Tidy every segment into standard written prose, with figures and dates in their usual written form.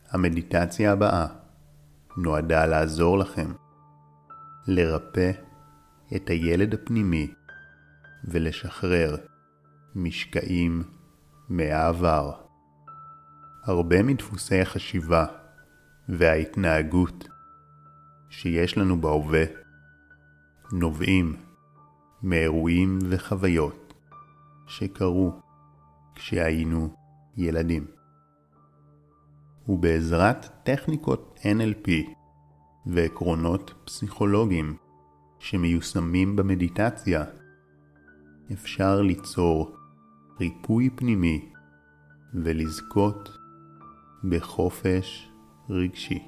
המדיטציה הבאה נועדה לעזור לכם לרפא את הילד הפנימי ולשחרר משקעים מהעבר. הרבה מדפוסי החשיבה וההתנהגות שיש לנו בהווה נובעים מאירועים וחוויות שקרו כשהיינו ילדים. ובעזרת טכניקות NLP ועקרונות פסיכולוגיים שמיושמים במדיטציה, אפשר ליצור ריפוי פנימי ולזכות בחופש רגשי.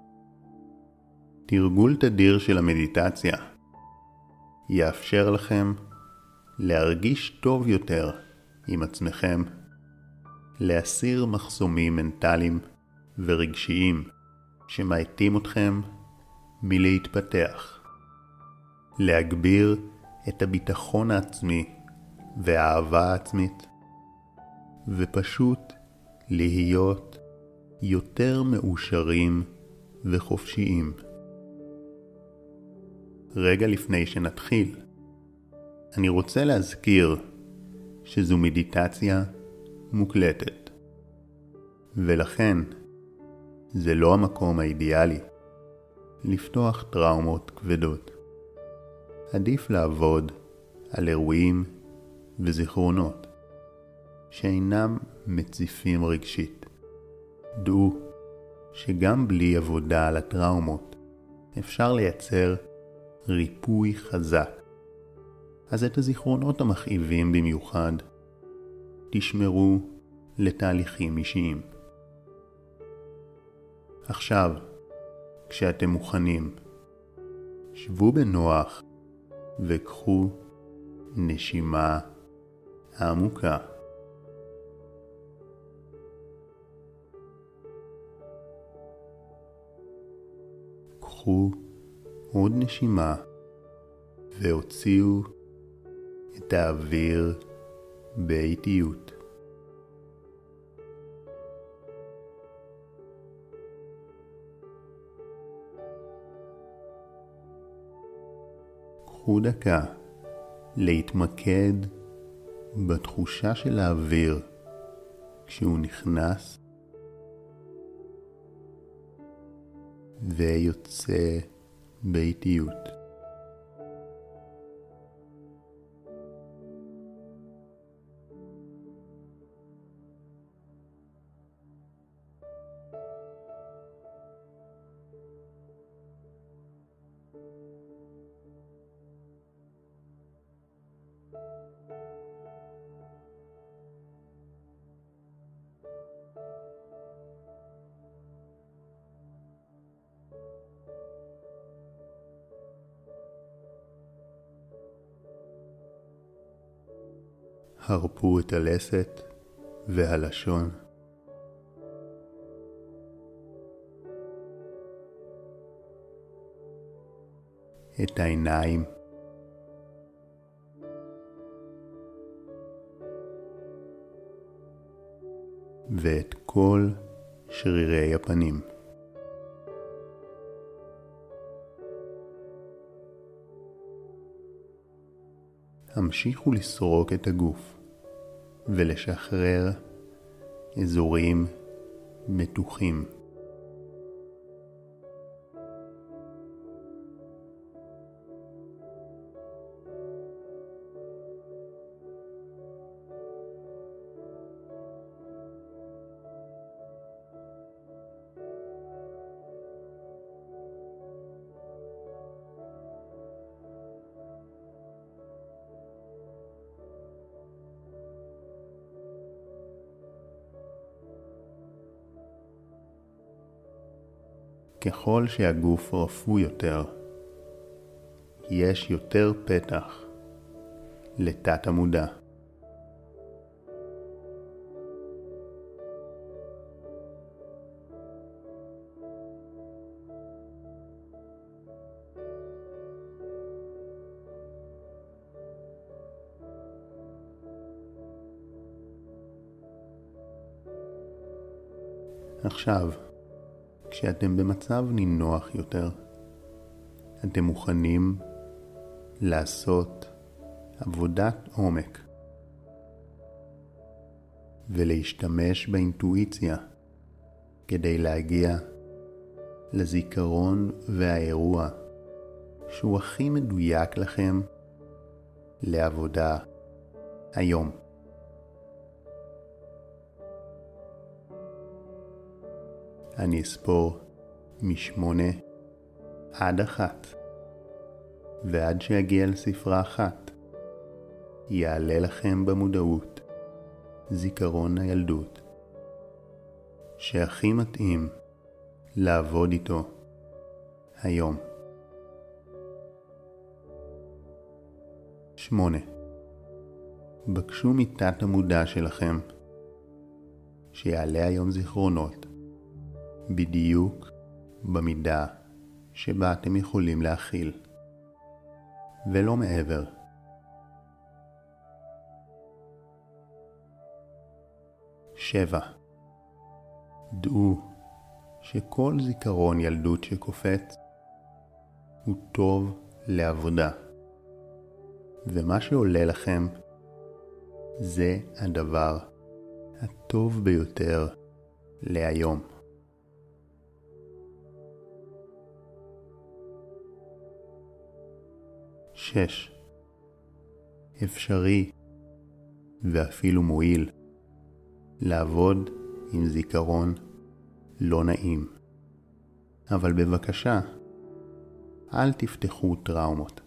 תרגול תדיר של המדיטציה יאפשר לכם להרגיש טוב יותר עם עצמכם, להסיר מחסומים מנטליים ורגשיים שמאטים אתכם מלהתפתח, להגביר את הביטחון העצמי והאהבה העצמית, ופשוט להיות יותר מאושרים וחופשיים. רגע לפני שנתחיל, אני רוצה להזכיר שזו מדיטציה מוקלטת, ולכן זה לא המקום האידיאלי לפתוח טראומות כבדות. עדיף לעבוד על אירועים וזיכרונות שאינם מציפים רגשית. דעו שגם בלי עבודה על הטראומות אפשר לייצר ריפוי חזק. אז את הזיכרונות המכאיבים במיוחד תשמרו לתהליכים אישיים. עכשיו, כשאתם מוכנים, שבו בנוח וקחו נשימה עמוקה. קחו עוד נשימה והוציאו את האוויר באיטיות. קחו דקה להתמקד בתחושה של האוויר כשהוא נכנס ויוצא באיטיות. הרפו את הלסת והלשון. את העיניים. ואת כל שרירי הפנים. המשיכו לסרוק את הגוף ולשחרר אזורים מתוחים. ככל שהגוף רפוי יותר, יש יותר פתח לתת המודע. עכשיו, כשאתם במצב נינוח יותר, אתם מוכנים לעשות עבודת עומק ולהשתמש באינטואיציה כדי להגיע לזיכרון והאירוע שהוא הכי מדויק לכם לעבודה היום. אני אספור מ8 עד 1, ועד שיגיע לספרה 1, יעלה לכם במודעות זיכרון הילדות שהכי מתאים לעבוד איתו היום. 8. בקשו מתת המודע שלכם שיעלה היום זיכרונות בדיוק במידה שבה אתם יכולים להכיל, ולא מעבר. 7. דעו שכל זיכרון ילדות שקופץ הוא טוב לעבודה, ומה שעולה לכם זה הדבר הטוב ביותר להיום. 6. אפשרי ואפילו מועיל לעבוד עם זיכרון לא נעים, אבל בבקשה אל תפתחו טראומות.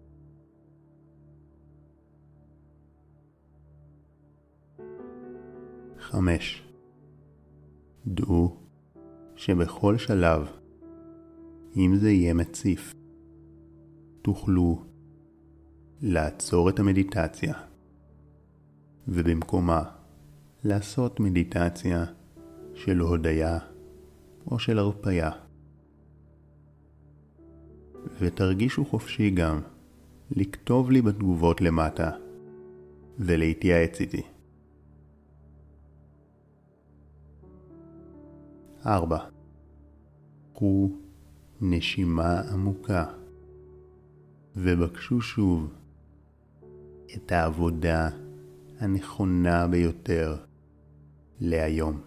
5. דעו שבכל שלב, אם זה יהיה מציף, תוכלו לעצור את המדיטציה ובמקומה לעשות מדיטציה של הודיה או של הרפיה. ותרגישו חופשי גם לכתוב לי בתגובות למטה ולהתייעץ איתי. 4. קחו נשימה עמוקה ובקשו שוב את העבודה הנכונה ביותר להיום.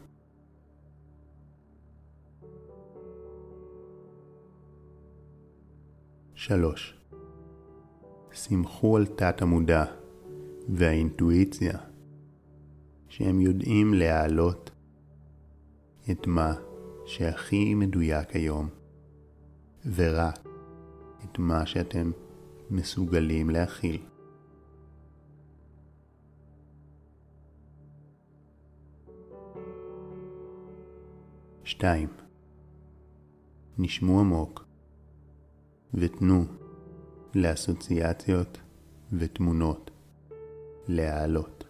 3. שמחו על תת המודע והאינטואיציה שהם יודעים להעלות את מה שהכי מדויק היום, ורק את מה שאתם מסוגלים להכיל. 2. נשמו עמוק ותנו לאסוציאציות ותמונות להעלות.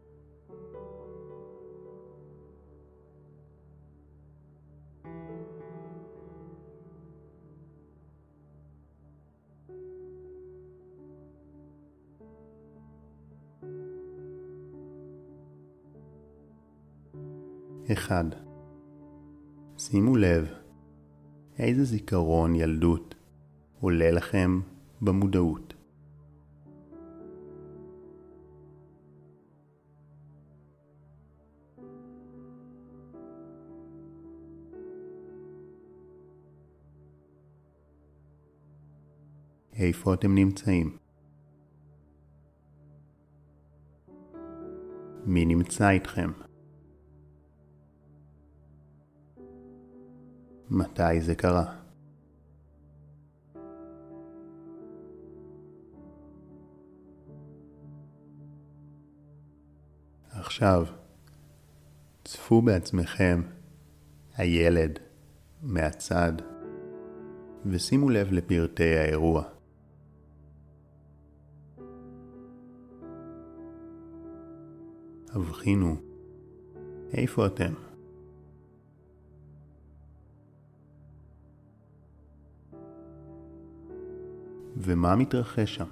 1. שימו לב איזה זיכרון ילדות עולה לכם במודעות. 'איפה אתם נמצאים? מי נמצא איתכם? מתי זה קרה? עכשיו, צפו בעצמכם, הילד, מהצד, ושימו לב לפרטי האירוע. הבחינו, איפה אתם? ומה מתרחש שם?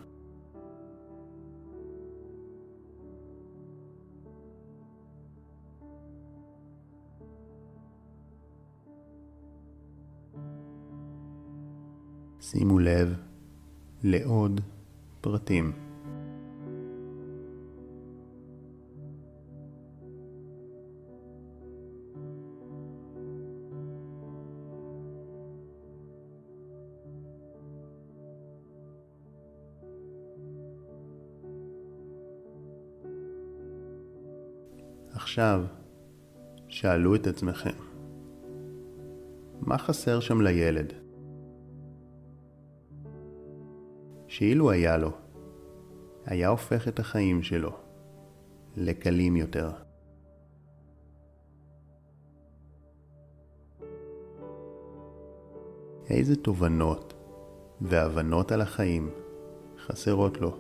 שימו לב לעוד פרטים. עכשיו, שאלו את עצמכם, מה חסר שם לילד? שאילו היה לו, היה הופך את החיים שלו לקלים יותר. איזה תובנות והבנות על החיים חסרות לו?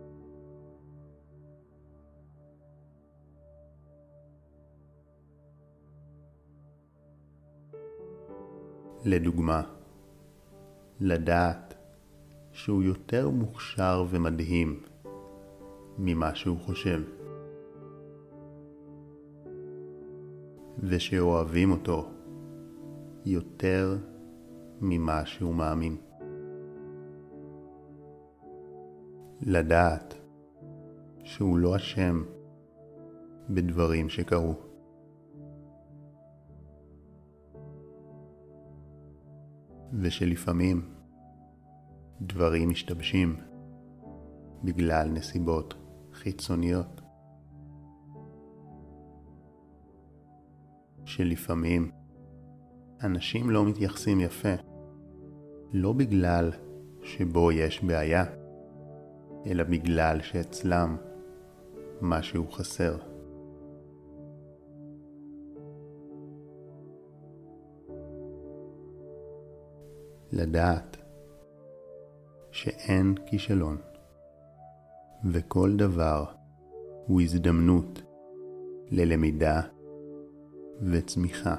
לדוגמה, לדעת שהוא יותר מוכשר ומדהים ממה שהוא חושב, ושאוהבים אותו יותר ממה שהוא מאמין. לדעת שהוא לא אשם בדברים שקרו. ושלפעמים דברים משתבשים בגלל נסיבות חיצוניות. שלפעמים אנשים לא מתייחסים יפה, לא בגלל שבו יש בעיה, אלא בגלל שאצלם משהו חסר. לדעת שאין כישלון, וכל דבר הוא הזדמנות ללמידה וצמיחה,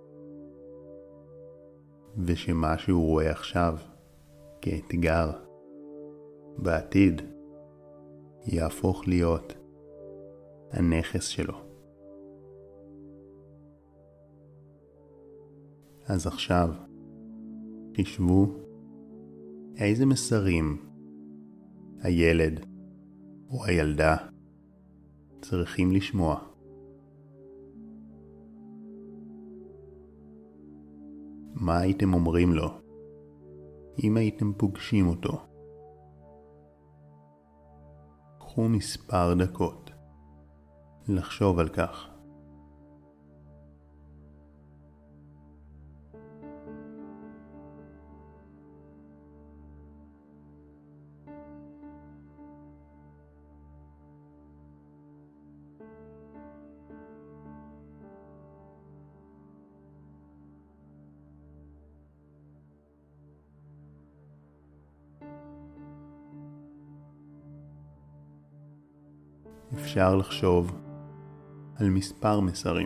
ושמה שהוא רואה עכשיו כאתגר, בעתיד יהפוך להיות הנכס שלו. אז עכשיו חשבו איזה מסרים הילד או הילדה צריכים לשמוע. מה הייתם אומרים לו אם הייתם פוגשים אותו? קחו מספר דקות לחשוב על כך. אפשר לחשוב על מספר מסרים.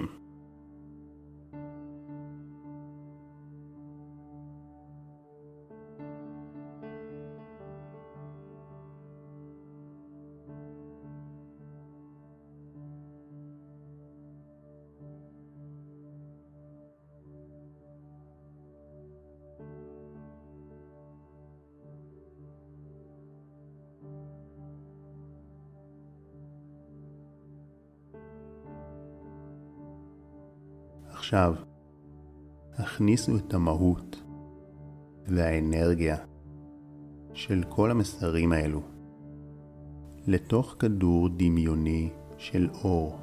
עכשיו, הכניסו את המהות והאנרגיה של כל המסרים האלו לתוך כדור דמיוני של אור.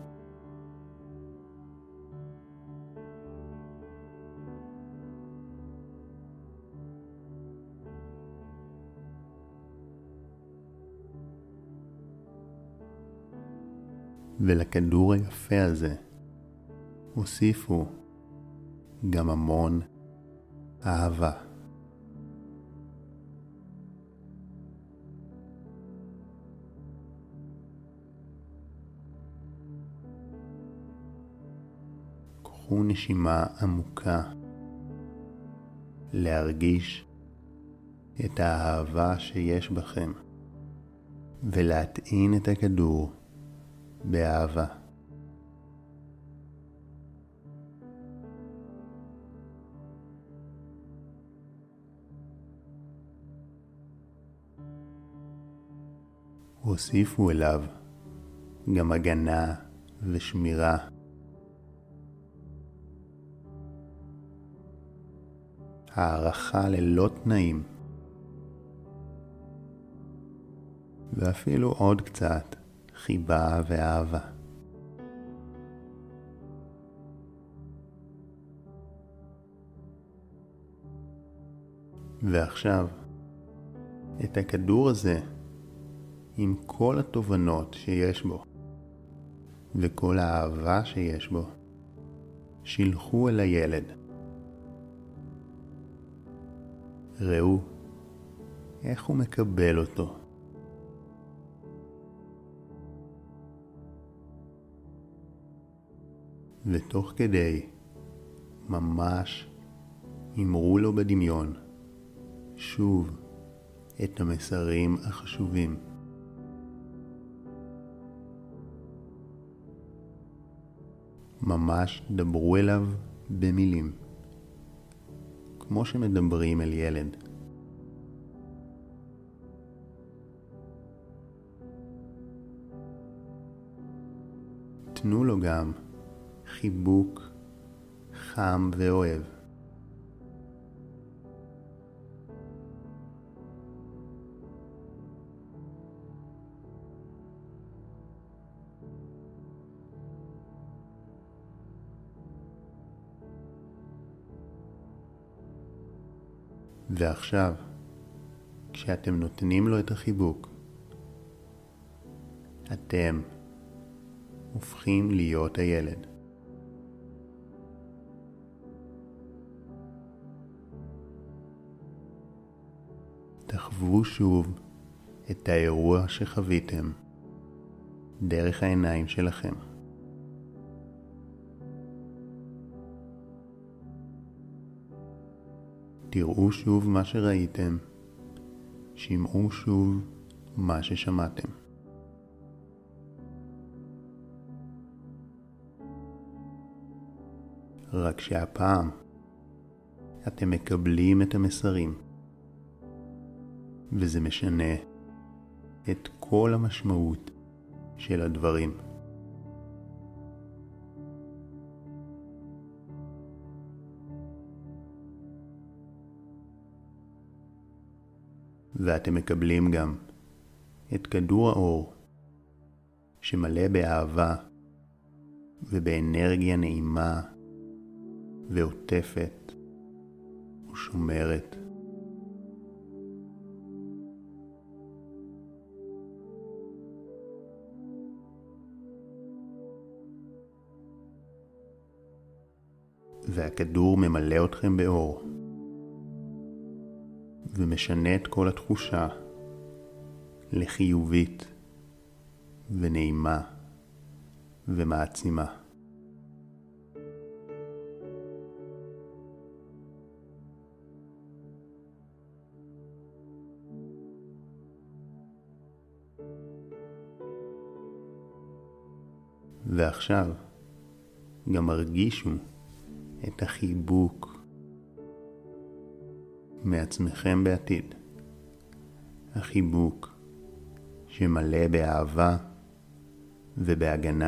ולכדור היפה הזה הוסיפו גם המון אהבה. קחו נשימה עמוקה להרגיש את האהבה שיש בכם ולהטעין את הכדור באהבה. הוסיפו אליו גם הגנה ושמירה. הערכה ללא תנאים. ואפילו עוד קצת חיבה ואהבה. ועכשיו, את הכדור הזה, עם כל התובנות שיש בו, וכל האהבה שיש בו, שילחו אל הילד. ראו איך הוא מקבל אותו. ותוך כדי, ממש אמרו לו בדמיון, שוב את המסרים החשובים. ממש דברו אליו במילים, כמו שמדברים אל ילד. תנו לו גם חיבוק חם ואוהב. ועכשיו, כשאתם נותנים לו את החיבוק, אתם הופכים להיות הילד. תחוו שוב את האירוע שחוויתם דרך העיניים שלכם. תראו שוב מה שראיתם, שמעו שוב מה ששמעתם. רק שהפעם אתם מקבלים את המסרים, וזה משנה את כל המשמעות של הדברים. ואתם מקבלים גם את כדור האור שמלא באהבה ובאנרגיה נעימה ועוטפת ושומרת. והכדור ממלא אתכם באור ומשנה את כל התחושה לחיובית ונעימה ומעצימה. ועכשיו גם הרגישו את החיבוק מעצמכם בעתיד. החיבוק שמלא באהבה ובהגנה.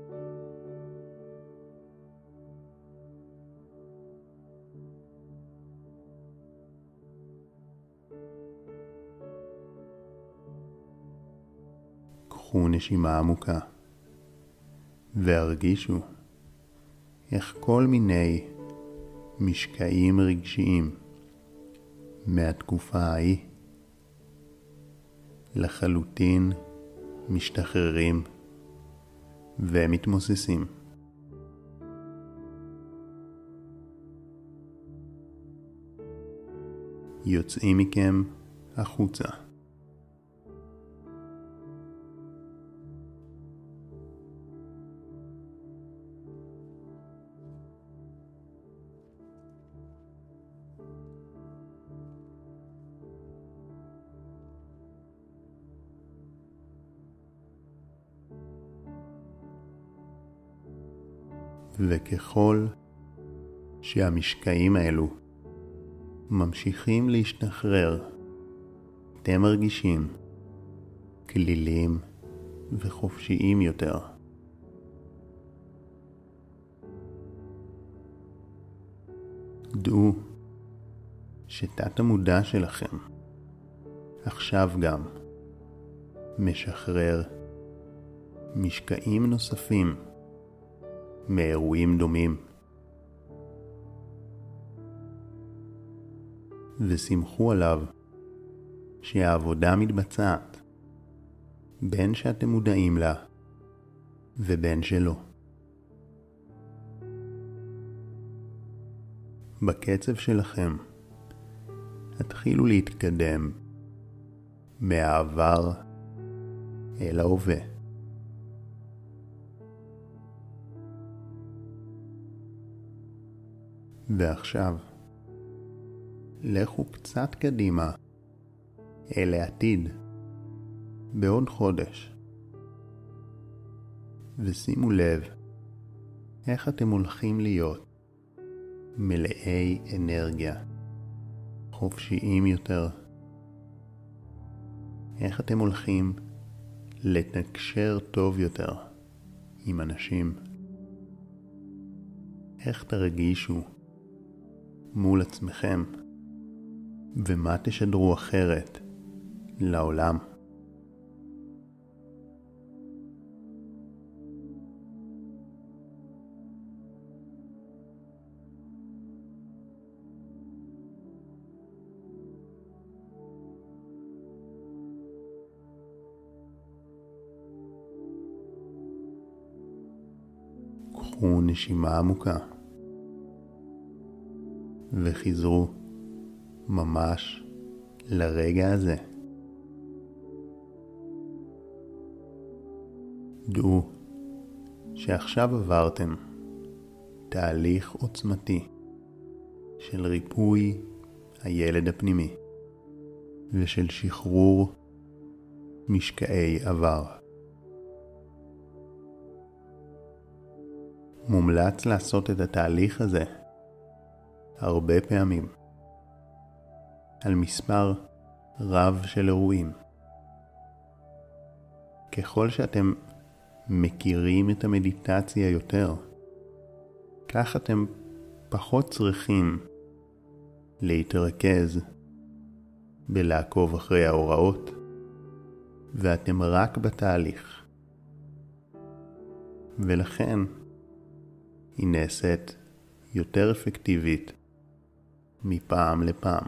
קחו נשימה עמוקה והרגישו איך כל מיני משקעים רגשיים מהתקופה ההיא לחלוטין משתחררים ומתמוססים. יוצאים מכם החוצה. וככל שהמשקעים האלו ממשיכים להשתחרר, אתם מרגישים כלילים וחופשיים יותר. דעו שתת המודע שלכם עכשיו גם משחרר משקעים נוספים מאירועים דומים, ושמחו עליו שהעבודה מתבצעת בין שאתם מודעים לה ובין שלא. בקצב שלכם התחילו להתקדם מהעבר אל ההווה. ועכשיו לכו קצת קדימה אל העתיד בעוד חודש, ושימו לב איך אתם הולכים להיות מלאי אנרגיה, חופשיים יותר, איך אתם הולכים לתקשר טוב יותר עם אנשים, איך תרגישו מול עצמכם, ומה תשדרו אחרת לעולם. קחו נשימה עמוקה וחזרו ממש לרגע הזה. דעו שעכשיו עברתם תהליך עוצמתי של ריפוי הילד הפנימי ושל שחרור משקעי עבר. מומלץ לעשות את התהליך הזה הרבה פעמים, על מספר רב של אירועים. ככל שאתם מכירים את המדיטציה יותר, כך אתם פחות צריכים להתרכז בלעקוב אחרי ההוראות, ואתם רק בתהליך. ולכן היא נעשית יותר אפקטיבית מפעם לפעם.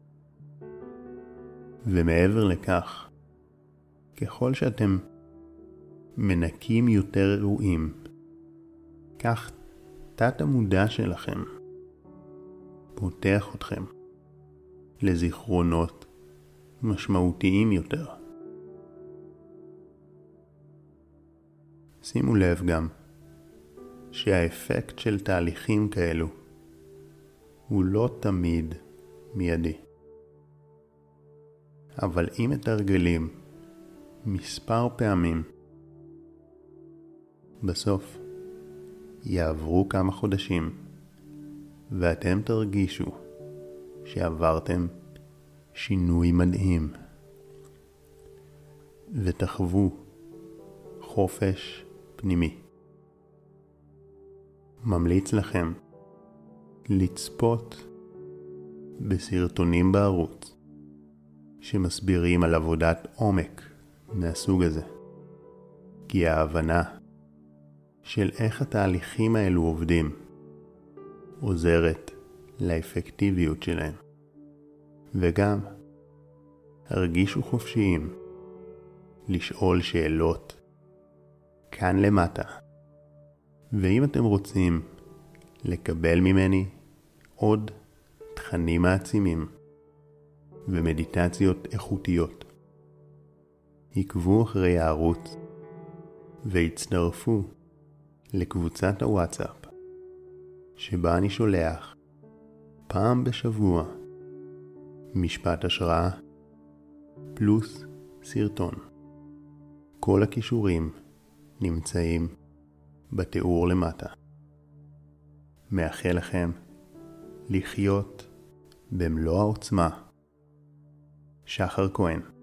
ומעבר לכך, ככל שאתם מנקים יותר אירועים, כך תת המודע שלכם פותח אתכם לזיכרונות משמעותיים יותר. שימו לב גם שהאפקט של תהליכים כאלו הוא לא תמיד מיידי. אבל אם מתרגלים מספר פעמים, בסוף יעברו כמה חודשים ואתם תרגישו שעברתם שינוי מדהים ותחוו חופש פנימי. ממליץ לכם לצפות בסרטונים בערוץ שמסבירים על עבודת עומק מהסוג הזה, כי ההבנה של איך התהליכים האלו עובדים עוזרת לאפקטיביות שלהם. וגם הרגישו חופשיים לשאול שאלות כאן למטה. ואם אתם רוצים לקבל ממני עוד תכנים מעצימים ומדיטציות איכותיות, עקבו אחרי הערוץ והצטרפו לקבוצת הוואטסאפ שבה אני שולח פעם בשבוע משפט השראה פלוס סרטון. כל הכישורים נמצאים בתיאור למטה. מאחל לכם לחיות במלוא העוצמה. שחר כהן.